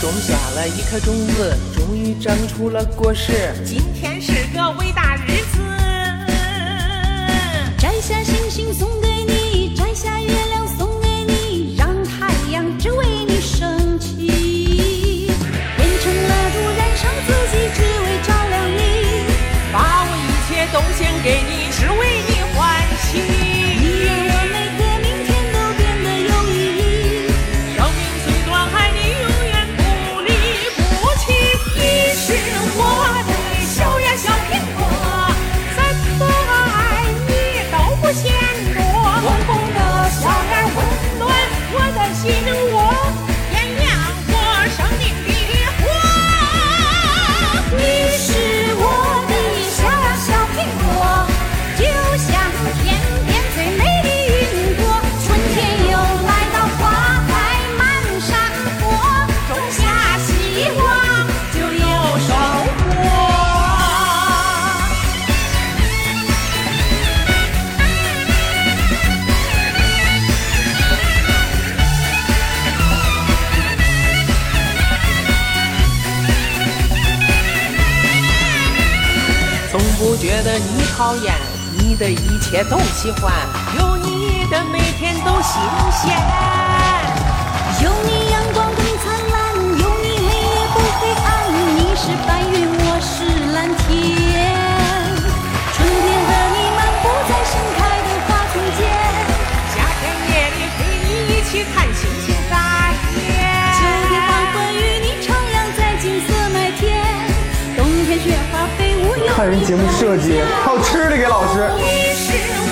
种下了一颗种子，终于长出了果实。 今天是个伟大日子， 摘下星星送给你，摘下月亮送给你，让太阳只为你升起。变成蜡烛燃烧自己，只为照亮你， 把我一切都献给你，只为你欢喜。 不觉得你讨厌，你的一切都喜欢，有你的每天都新鲜， 有你阳光更灿烂，有你黑夜不黑暗，你是白云，我是蓝天。春天和你漫步在盛开的花丛间， 夏天夜里陪你一起看星星眨眼， 秋天黄昏与你徜徉在金色麦田，冬天雪花飞舞， 看人节目设计，还有吃的给老师。 你是